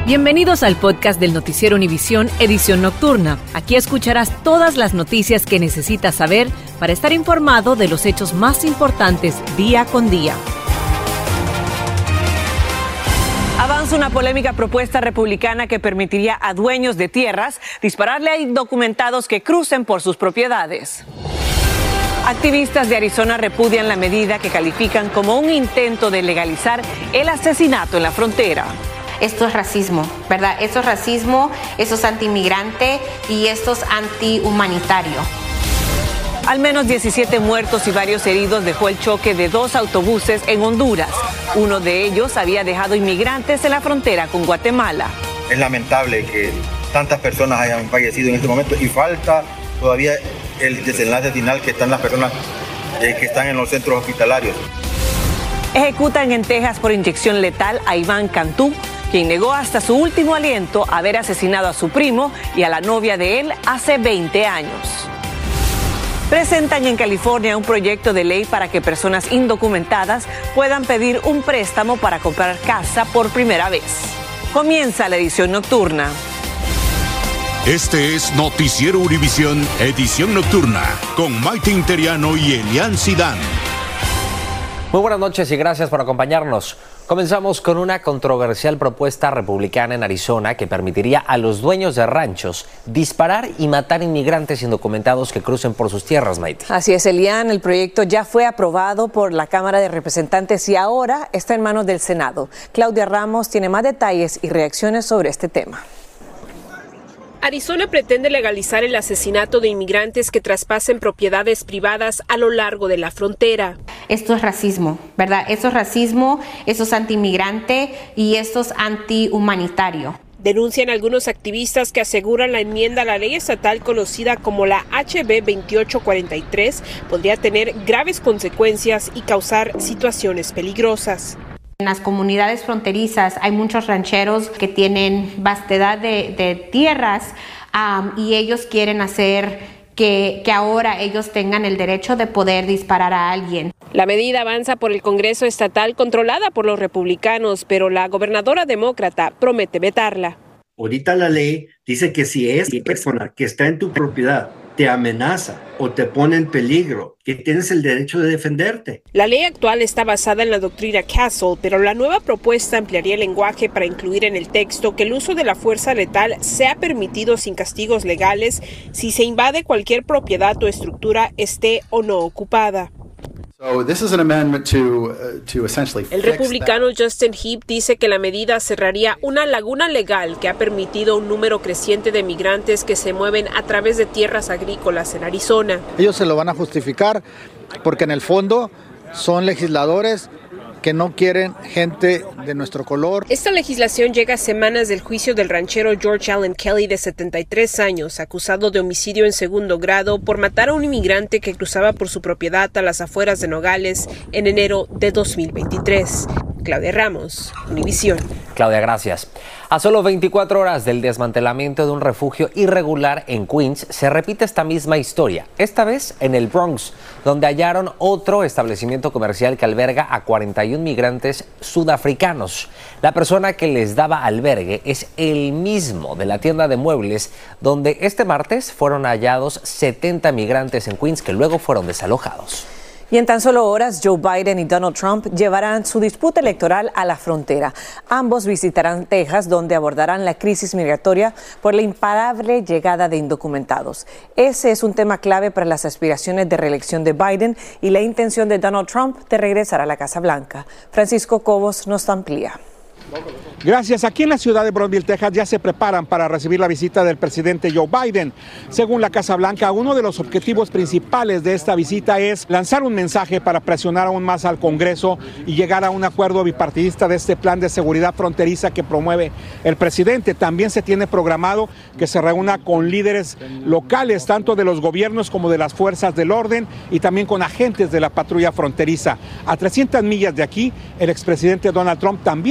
Bienvenidos al podcast del Noticiero Univisión, edición nocturna. Aquí escucharás todas las noticias que necesitas saber para estar informado de los hechos más importantes día con día. Avanza una polémica propuesta republicana que permitiría a dueños de tierras dispararle a indocumentados que crucen por sus propiedades. Activistas de Arizona repudian la medida que califican como un intento de legalizar el asesinato en la frontera. Esto es racismo, ¿verdad? Esto es racismo, esto es antiinmigrante y esto es antihumanitario. Al menos 17 muertos y varios heridos dejó el choque de 2 autobuses en Honduras. Uno de ellos había dejado inmigrantes en la frontera con Guatemala. Es lamentable que tantas personas hayan fallecido en este momento y falta todavía el desenlace final, que están las personas que están en los centros hospitalarios. Ejecutan en Texas por inyección letal a Iván Cantú, quien negó hasta su último aliento haber asesinado a su primo y a la novia de él hace 20 años. Presentan en California un proyecto de ley para que personas indocumentadas puedan pedir un préstamo para comprar casa por primera vez. Comienza la edición nocturna. Este es Noticiero Univisión, edición nocturna, con Maite Interiano y Elian Sidán. Muy buenas noches y gracias por acompañarnos. Comenzamos con una controversial propuesta republicana en Arizona que permitiría a los dueños de ranchos disparar y matar inmigrantes indocumentados que crucen por sus tierras, Maite. Así es, Elian. El proyecto ya fue aprobado por la Cámara de Representantes y ahora está en manos del Senado. Claudia Ramos tiene más detalles y reacciones sobre este tema. Arizona pretende legalizar el asesinato de inmigrantes que traspasen propiedades privadas a lo largo de la frontera. Esto es racismo, ¿verdad? Esto es racismo, esto es antiinmigrante y esto es antihumanitario. Denuncian algunos activistas que aseguran la enmienda a la ley estatal conocida como la HB 2843 podría tener graves consecuencias y causar situaciones peligrosas. En las comunidades fronterizas hay muchos rancheros que tienen vastedad de tierras y ellos quieren hacer que ahora ellos tengan el derecho de poder disparar a alguien. La medida avanza por el Congreso estatal controlada por los republicanos, pero la gobernadora demócrata promete vetarla. Ahorita la ley dice que si es persona que está en tu propiedad te amenaza o te pone en peligro, que tienes el derecho de defenderte. La ley actual está basada en la doctrina Castle, pero la nueva propuesta ampliaría el lenguaje para incluir en el texto que el uso de la fuerza letal sea permitido sin castigos legales si se invade cualquier propiedad o estructura esté o no ocupada. El republicano Justin Heap dice que la medida cerraría una laguna legal que ha permitido un número creciente de migrantes que se mueven a través de tierras agrícolas en Arizona. Ellos se lo van a justificar porque en el fondo son legisladores que no quieren gente de nuestro color. Esta legislación llega a semanas del juicio del ranchero George Allen Kelly, de 73 años, acusado de homicidio en segundo grado por matar a un inmigrante que cruzaba por su propiedad a las afueras de Nogales en enero de 2023. Claudia Ramos, Univisión. Claudia, gracias. A solo 24 horas del desmantelamiento de un refugio irregular en Queens, se repite esta misma historia, esta vez en el Bronx, donde hallaron otro establecimiento comercial que alberga a 41 migrantes sudafricanos. La persona que les daba albergue es el mismo de la tienda de muebles, donde este martes fueron hallados 70 migrantes en Queens que luego fueron desalojados. Y en tan solo horas, Joe Biden y Donald Trump llevarán su disputa electoral a la frontera. Ambos visitarán Texas, donde abordarán la crisis migratoria por la imparable llegada de indocumentados. Ese es un tema clave para las aspiraciones de reelección de Biden y la intención de Donald Trump de regresar a la Casa Blanca. Francisco Cobos nos amplía. Gracias. Aquí en la ciudad de Brownsville, Texas, ya se preparan para recibir la visita del presidente Joe Biden. Según la Casa Blanca, uno de los objetivos principales de esta visita es lanzar un mensaje para presionar aún más al Congreso y llegar a un acuerdo bipartidista de este plan de seguridad fronteriza que promueve el presidente. También se tiene programado que se reúna con líderes locales, tanto de los gobiernos como de las fuerzas del orden, y también con agentes de la patrulla fronteriza. A 300 millas de aquí, el expresidente Donald Trump también visitará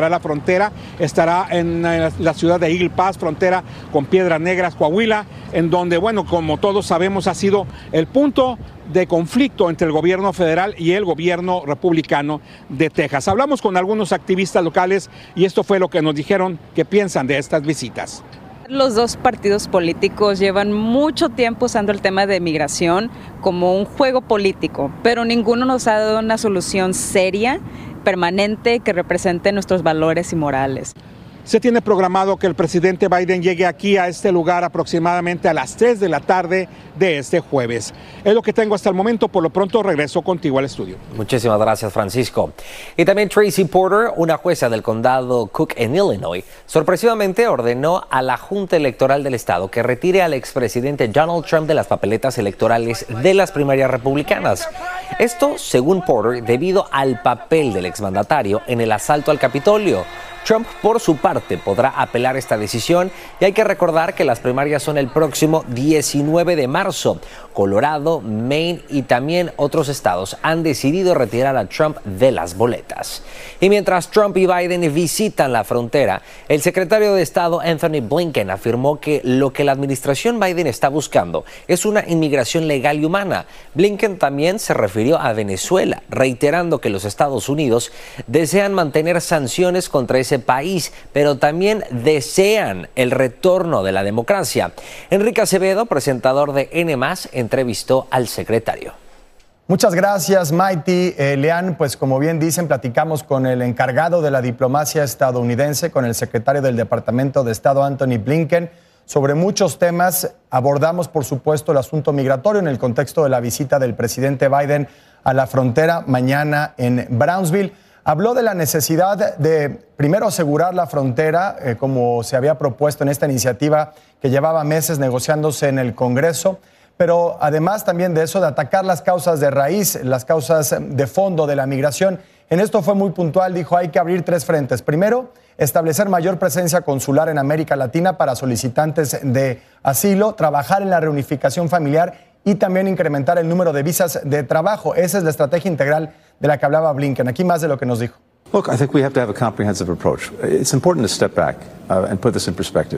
cruzará la frontera, estará en la ciudad de Eagle Pass, frontera con Piedras Negras, Coahuila, en donde, bueno, como todos sabemos, ha sido el punto de conflicto entre el gobierno federal y el gobierno republicano de Texas. Hablamos con algunos activistas locales y esto fue lo que nos dijeron que piensan de estas visitas. Los dos partidos políticos llevan mucho tiempo usando el tema de migración como un juego político, pero ninguno nos ha dado una solución seria, permanente, que represente nuestros valores y morales. Se tiene programado que el presidente Biden llegue aquí a este lugar aproximadamente a las 3 de la tarde de este jueves. Es lo que tengo hasta el momento. Por lo pronto regreso contigo al estudio. Muchísimas gracias, Francisco. Y también Tracy Porter, una jueza del condado Cook en Illinois, sorpresivamente ordenó a la Junta Electoral del Estado que retire al expresidente Donald Trump de las papeletas electorales de las primarias republicanas. Esto, según Porter, debido al papel del exmandatario en el asalto al Capitolio. Trump, por su parte, podrá apelar esta decisión y hay que recordar que las primarias son el próximo 19 de marzo. Colorado, Maine y también otros estados han decidido retirar a Trump de las boletas. Y mientras Trump y Biden visitan la frontera, el secretario de Estado Anthony Blinken afirmó que lo que la administración Biden está buscando es una inmigración legal y humana. Blinken también se refirió a Venezuela, reiterando que los Estados Unidos desean mantener sanciones contra ese país, pero también desean el retorno de la democracia. Enrique Acevedo, presentador de N+, entrevistó al secretario. Muchas gracias, Maiti. Leanne, pues como bien dicen, platicamos con el encargado de la diplomacia estadounidense, con el secretario del Departamento de Estado, Anthony Blinken, sobre muchos temas. Abordamos, por supuesto, el asunto migratorio en el contexto de la visita del presidente Biden a la frontera mañana en Brownsville. Habló de la necesidad de, primero, asegurar la frontera, como se había propuesto en esta iniciativa que llevaba meses negociándose en el Congreso, pero además también de eso, de atacar las causas de raíz, las causas de fondo de la migración. En esto fue muy puntual, dijo, hay que abrir 3 frentes. Primero, establecer mayor presencia consular en América Latina para solicitantes de asilo, trabajar en la reunificación familiar y también incrementar el número de visas de trabajo. Esa es la estrategia integral de la que hablaba Blinken. Aquí más de lo que nos dijo. Look, I think we have to have a comprehensive approach. It's important to step back and put this in perspective.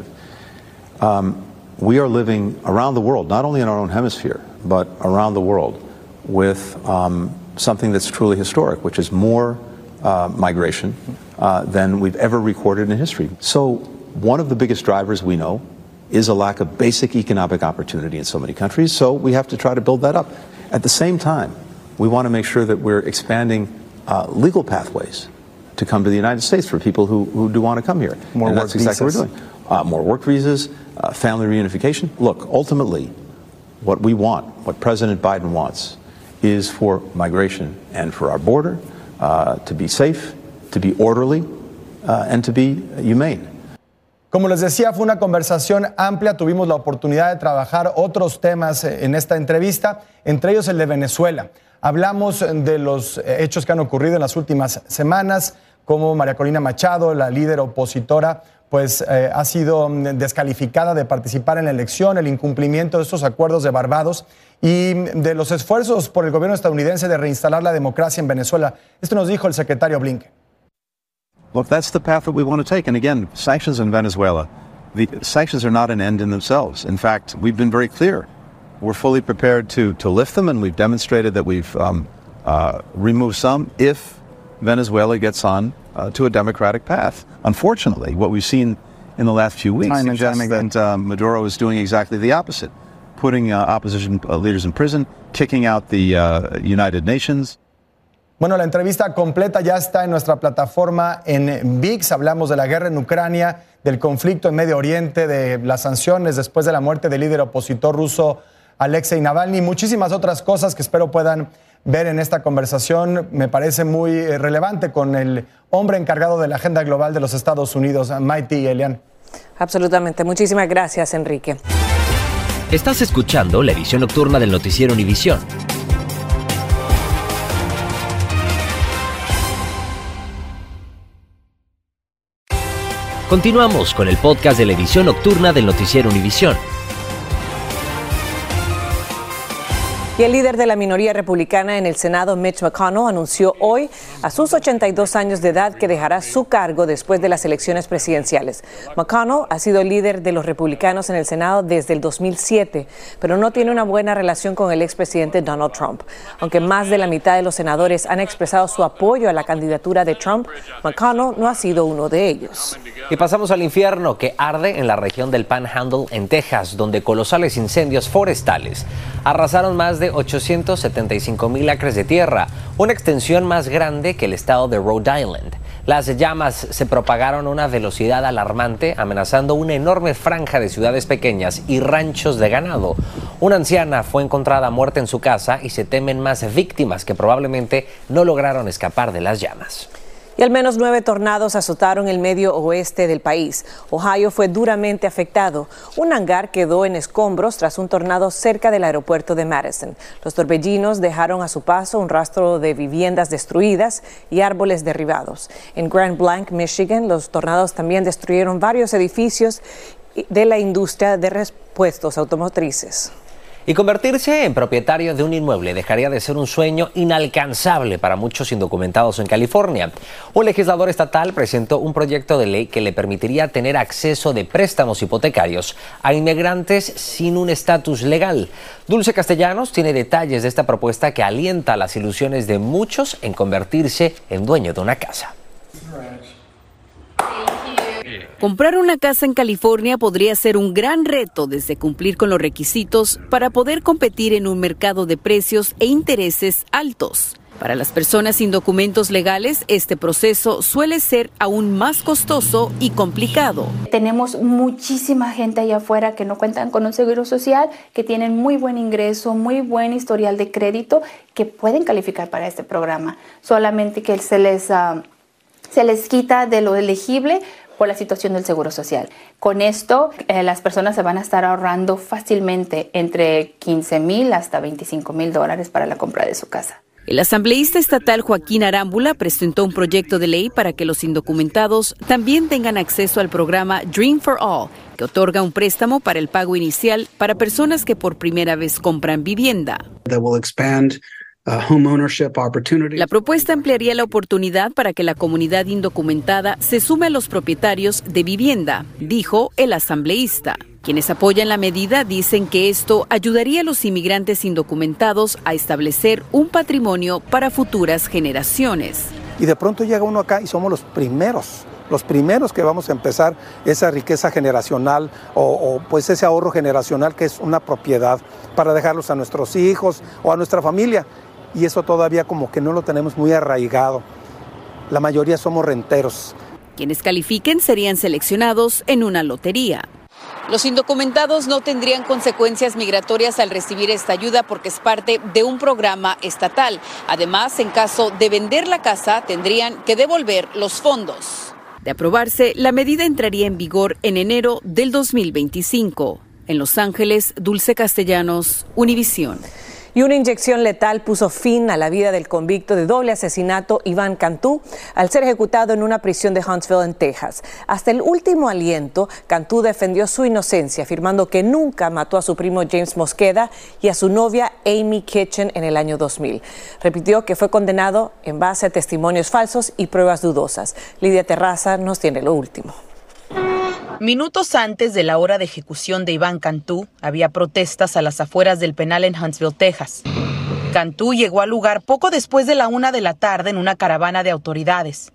We are living around the world, not only in our own hemisphere, but around the world with something that's truly historic, which is more migration than we've ever recorded in history. So one of the biggest drivers we know is a lack of basic economic opportunity in so many countries, so we have to try to build that up. At the same time, we want to make sure that we're expanding legal pathways to come to the United States for people who do want to come here. More and work that's exactly visas. what we're doing. More work visas, family reunification. Look, ultimately, what we want, what President Biden wants, is for migration and for our border to be safe, to be orderly, and to be humane. Como les decía, fue una conversación amplia. Tuvimos la oportunidad de trabajar otros temas en esta entrevista, entre ellos el de Venezuela. Hablamos de los hechos que han ocurrido en las últimas semanas, como María Corina Machado, la líder opositora, pues ha sido descalificada de participar en la elección, el incumplimiento de estos acuerdos de Barbados y de los esfuerzos por el gobierno estadounidense de reinstalar la democracia en Venezuela. Esto nos dijo el secretario Blinken. Look, that's the path that we want to take. And again, sanctions in Venezuela, the sanctions are not an end in themselves. In fact, we've been very clear. We're fully prepared to lift them, and we've demonstrated that we've removed some if Venezuela gets on to a democratic path. Unfortunately, what we've seen in the last few weeks suggests that Maduro is doing exactly the opposite, putting opposition leaders in prison, kicking out the United Nations. Bueno, la entrevista completa ya está en nuestra plataforma en VIX. Hablamos de la guerra en Ucrania, del conflicto en Medio Oriente, de las sanciones después de la muerte del líder opositor ruso Alexei Navalny y muchísimas otras cosas que espero puedan ver en esta conversación. Me parece muy relevante con el hombre encargado de la agenda global de los Estados Unidos, Maiti y Elian. Absolutamente. Muchísimas gracias, Enrique. Estás escuchando la edición nocturna del noticiero Univisión. Continuamos con el podcast de la edición nocturna del noticiero Univisión. Y el líder de la minoría republicana en el Senado, Mitch McConnell, anunció hoy a sus 82 años de edad que dejará su cargo después de las elecciones presidenciales. McConnell ha sido líder de los republicanos en el Senado desde el 2007, pero no tiene una buena relación con el expresidente Donald Trump. Aunque más de la mitad de los senadores han expresado su apoyo a la candidatura de Trump, McConnell no ha sido uno de ellos. Y pasamos al infierno que arde en la región del Panhandle, en Texas, donde colosales incendios forestales arrasaron más de 875,000 acres de tierra, una extensión más grande que el estado de Rhode Island. Las llamas se propagaron a una velocidad alarmante, amenazando una enorme franja de ciudades pequeñas y ranchos de ganado. Una anciana fue encontrada muerta en su casa y se temen más víctimas que probablemente no lograron escapar de las llamas. Y al menos 9 tornados azotaron el medio oeste del país. Ohio fue duramente afectado. Un hangar quedó en escombros tras un tornado cerca del aeropuerto de Madison. Los torbellinos dejaron a su paso un rastro de viviendas destruidas y árboles derribados. En Grand Blanc, Michigan, los tornados también destruyeron varios edificios de la industria de repuestos automotrices. Y convertirse en propietario de un inmueble dejaría de ser un sueño inalcanzable para muchos indocumentados en California. Un legislador estatal presentó un proyecto de ley que le permitiría tener acceso de préstamos hipotecarios a inmigrantes sin un estatus legal. Dulce Castellanos tiene detalles de esta propuesta que alienta las ilusiones de muchos en convertirse en dueño de una casa. Comprar una casa en California podría ser un gran reto desde cumplir con los requisitos para poder competir en un mercado de precios e intereses altos. Para las personas sin documentos legales, este proceso suele ser aún más costoso y complicado. Tenemos muchísima gente allá afuera que no cuentan con un seguro social, que tienen muy buen ingreso, muy buen historial de crédito, que pueden calificar para este programa. Solamente que se les quita de lo elegible por la situación del seguro social. Con esto, las personas se van a estar ahorrando fácilmente entre $15,000 hasta $25,000 para la compra de su casa. El asambleísta estatal Joaquín Arámbula presentó un proyecto de ley para que los indocumentados también tengan acceso al programa Dream for All, que otorga un préstamo para el pago inicial para personas que por primera vez compran vivienda. La propuesta ampliaría la oportunidad para que la comunidad indocumentada se sume a los propietarios de vivienda, dijo el asambleísta. Quienes apoyan la medida dicen que esto ayudaría a los inmigrantes indocumentados a establecer un patrimonio para futuras generaciones. Y de pronto llega uno acá y somos los primeros que vamos a empezar esa riqueza generacional o pues ese ahorro generacional que es una propiedad para dejarlos a nuestros hijos o a nuestra familia. Y eso todavía como que no lo tenemos muy arraigado. La mayoría somos renteros. Quienes califiquen serían seleccionados en una lotería. Los indocumentados no tendrían consecuencias migratorias al recibir esta ayuda porque es parte de un programa estatal. Además, en caso de vender la casa, tendrían que devolver los fondos. De aprobarse, la medida entraría en vigor en enero del 2025. En Los Ángeles, Dulce Castellanos, Univisión. Y una inyección letal puso fin a la vida del convicto de doble asesinato Iván Cantú al ser ejecutado en una prisión de Huntsville, en Texas. Hasta el último aliento, Cantú defendió su inocencia, afirmando que nunca mató a su primo James Mosqueda y a su novia Amy Kitchen en el año 2000. Repitió que fue condenado en base a testimonios falsos y pruebas dudosas. Lidia Terraza nos tiene lo último. Minutos antes de la hora de ejecución de Iván Cantú, había protestas a las afueras del penal en Huntsville, Texas. Cantú llegó al lugar poco después de la 1 de la tarde en una caravana de autoridades.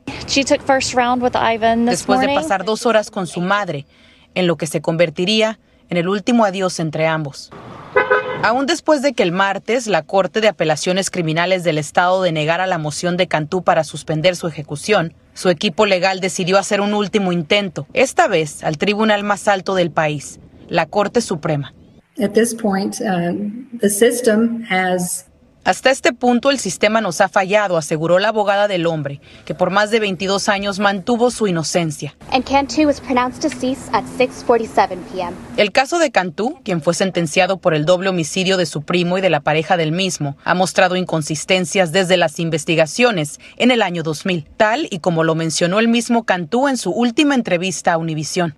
Después de pasar 2 horas con su madre, en lo que se convertiría en el último adiós entre ambos. Aún después de que el martes la Corte de Apelaciones Criminales del Estado denegara la moción de Cantú para suspender su ejecución, su equipo legal decidió hacer un último intento, esta vez al tribunal más alto del país, la Corte Suprema. Hasta este punto el sistema nos ha fallado, aseguró la abogada del hombre, que por más de 22 años mantuvo su inocencia. And Cantu was pronounced deceased at 6:47 p.m. El caso de Cantu, quien fue sentenciado por el doble homicidio de su primo y de la pareja del mismo, ha mostrado inconsistencias desde las investigaciones en el año 2000, tal y como lo mencionó el mismo Cantu en su última entrevista a Univisión.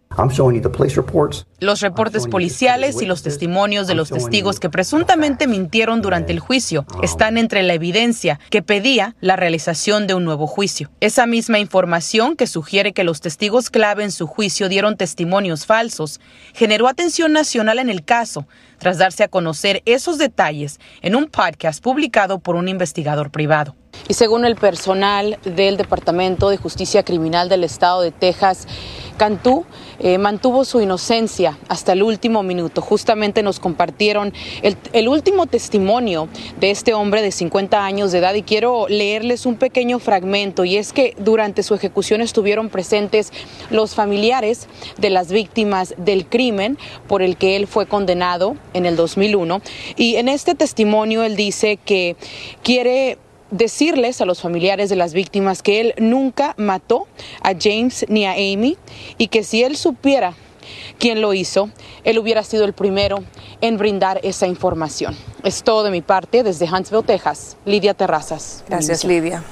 Los reportes policiales y los testimonios de los testigos que presuntamente mintieron durante el juicio están entre la evidencia que pedía la realización de un nuevo juicio. Esa misma información que sugiere que los testigos clave en su juicio dieron testimonios falsos generó atención nacional en el caso, tras darse a conocer esos detalles en un podcast publicado por un investigador privado. Y según el personal del Departamento de Justicia Criminal del Estado de Texas, Cantu mantuvo su inocencia hasta el último minuto. Justamente nos compartieron el último testimonio de este hombre de 50 años de edad y quiero leerles un pequeño fragmento, y es que durante su ejecución estuvieron presentes los familiares de las víctimas del crimen por el que él fue condenado en el 2001, y en este testimonio él dice que quiere decirles a los familiares de las víctimas que él nunca mató a James ni a Amy, y que si él supiera quién lo hizo, él hubiera sido el primero en brindar esa información. Es todo de mi parte desde Huntsville, Texas. Lidia Terrazas. Gracias, Lidia.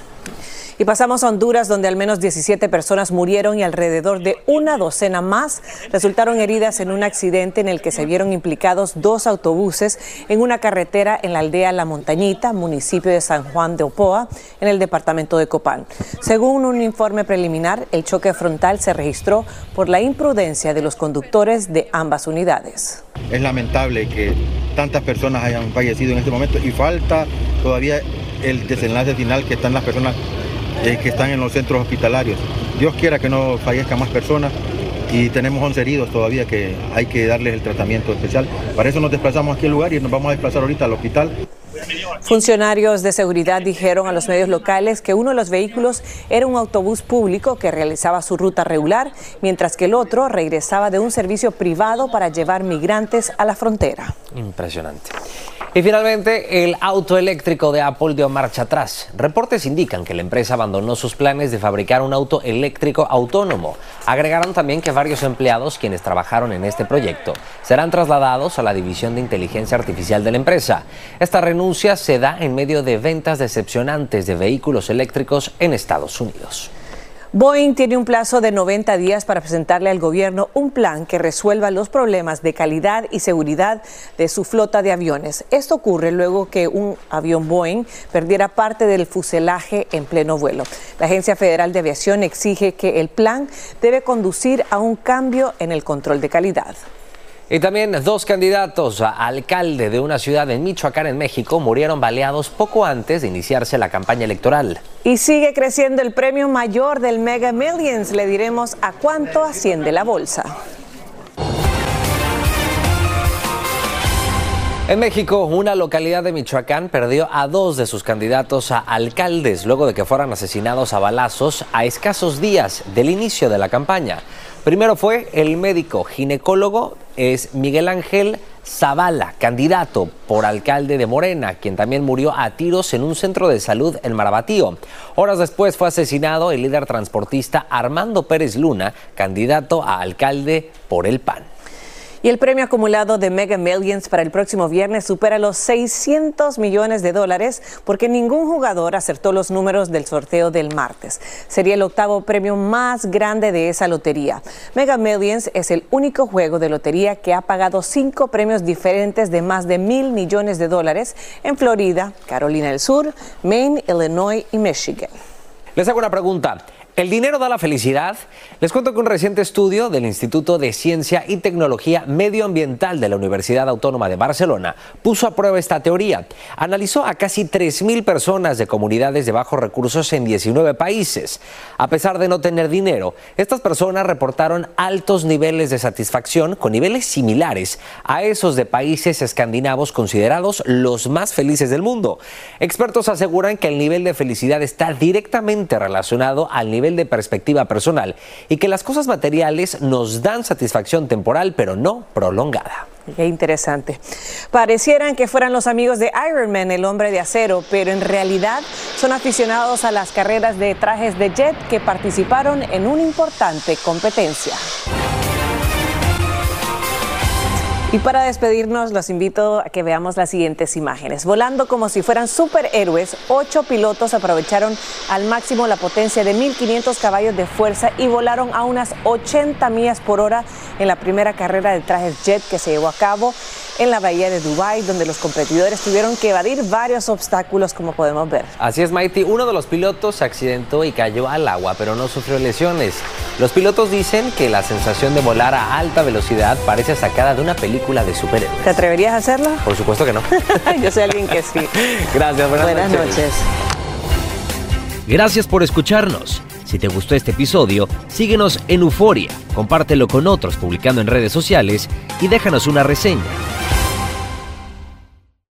Y pasamos a Honduras, donde al menos 17 personas murieron y alrededor de una docena más resultaron heridas en un accidente en el que se vieron implicados 2 autobuses en una carretera en la aldea La Montañita, municipio de San Juan de Opoa, en el departamento de Copán. Según un informe preliminar, el choque frontal se registró por la imprudencia de los conductores de ambas unidades. Es lamentable que tantas personas hayan fallecido en este momento y falta todavía el desenlace final, que están las personas que están en los centros hospitalarios. Dios quiera que no fallezcan más personas, y tenemos 11 heridos todavía que hay que darles el tratamiento especial. Para eso nos desplazamos aquí al lugar y nos vamos a desplazar ahorita al hospital. Funcionarios de seguridad dijeron a los medios locales que uno de los vehículos era un autobús público que realizaba su ruta regular, mientras que el otro regresaba de un servicio privado para llevar migrantes a la frontera. Impresionante. Y finalmente, el auto eléctrico de Apple dio marcha atrás. Reportes indican que la empresa abandonó sus planes de fabricar un auto eléctrico autónomo. Agregaron también que varios empleados quienes trabajaron en este proyecto serán trasladados a la división de inteligencia artificial de la empresa. Esta renuncia se da en medio de ventas decepcionantes de vehículos eléctricos en Estados Unidos. Boeing tiene un plazo de 90 días para presentarle al gobierno un plan que resuelva los problemas de calidad y seguridad de su flota de aviones. Esto ocurre luego que un avión Boeing perdiera parte del fuselaje en pleno vuelo. La Agencia Federal de Aviación exige que el plan debe conducir a un cambio en el control de calidad. Y también 2 candidatos a alcalde de una ciudad en Michoacán, en México, murieron baleados poco antes de iniciarse la campaña electoral. Y sigue creciendo el premio mayor del Mega Millions. Le diremos a cuánto asciende la bolsa. En México, una localidad de Michoacán perdió a 2 de sus candidatos a alcaldes luego de que fueran asesinados a balazos a escasos días del inicio de la campaña. Primero fue el médico ginecólogo, es Miguel Ángel Zavala, candidato por alcalde de Morena, quien también murió a tiros en un centro de salud en Marabatío. Horas después fue asesinado el líder transportista Armando Pérez Luna, candidato a alcalde por el PAN. Y el premio acumulado de Mega Millions para el próximo viernes supera los $600 millones porque ningún jugador acertó los números del sorteo del martes. Sería el 8º premio más grande de esa lotería. Mega Millions es el único juego de lotería que ha pagado 5 premios diferentes de más de $1,000 millones en Florida, Carolina del Sur, Maine, Illinois y Michigan. Les hago una pregunta. ¿El dinero da la felicidad? Les cuento que un reciente estudio del Instituto de Ciencia y Tecnología Medioambiental de la Universidad Autónoma de Barcelona puso a prueba esta teoría. Analizó a casi 3,000 personas de comunidades de bajos recursos en 19 países. A pesar de no tener dinero, estas personas reportaron altos niveles de satisfacción con niveles similares a esos de países escandinavos considerados los más felices del mundo. Expertos aseguran que el nivel de felicidad está directamente relacionado al nivel de perspectiva personal y que las cosas materiales nos dan satisfacción temporal pero no prolongada. Qué interesante. Parecieran que fueran los amigos de Iron Man, el hombre de acero, pero en realidad son aficionados a las carreras de trajes de jet que participaron en una importante competencia. Y para despedirnos, los invito a que veamos las siguientes imágenes. Volando como si fueran superhéroes, 8 pilotos aprovecharon al máximo la potencia de 1.500 caballos de fuerza y volaron a unas 80 millas por hora en la primera carrera de trajes jet que se llevó a cabo en la bahía de Dubái, donde los competidores tuvieron que evadir varios obstáculos, como podemos ver. Así es, Maite. Uno de los pilotos se accidentó y cayó al agua, pero no sufrió lesiones. Los pilotos dicen que la sensación de volar a alta velocidad parece sacada de una película de superhéroes. ¿Te atreverías a hacerlo? Por supuesto que no. Yo soy alguien que sí. Gracias, buenas noches. Gracias por escucharnos. Si te gustó este episodio, síguenos en Euforia, compártelo con otros publicando en redes sociales y déjanos una reseña.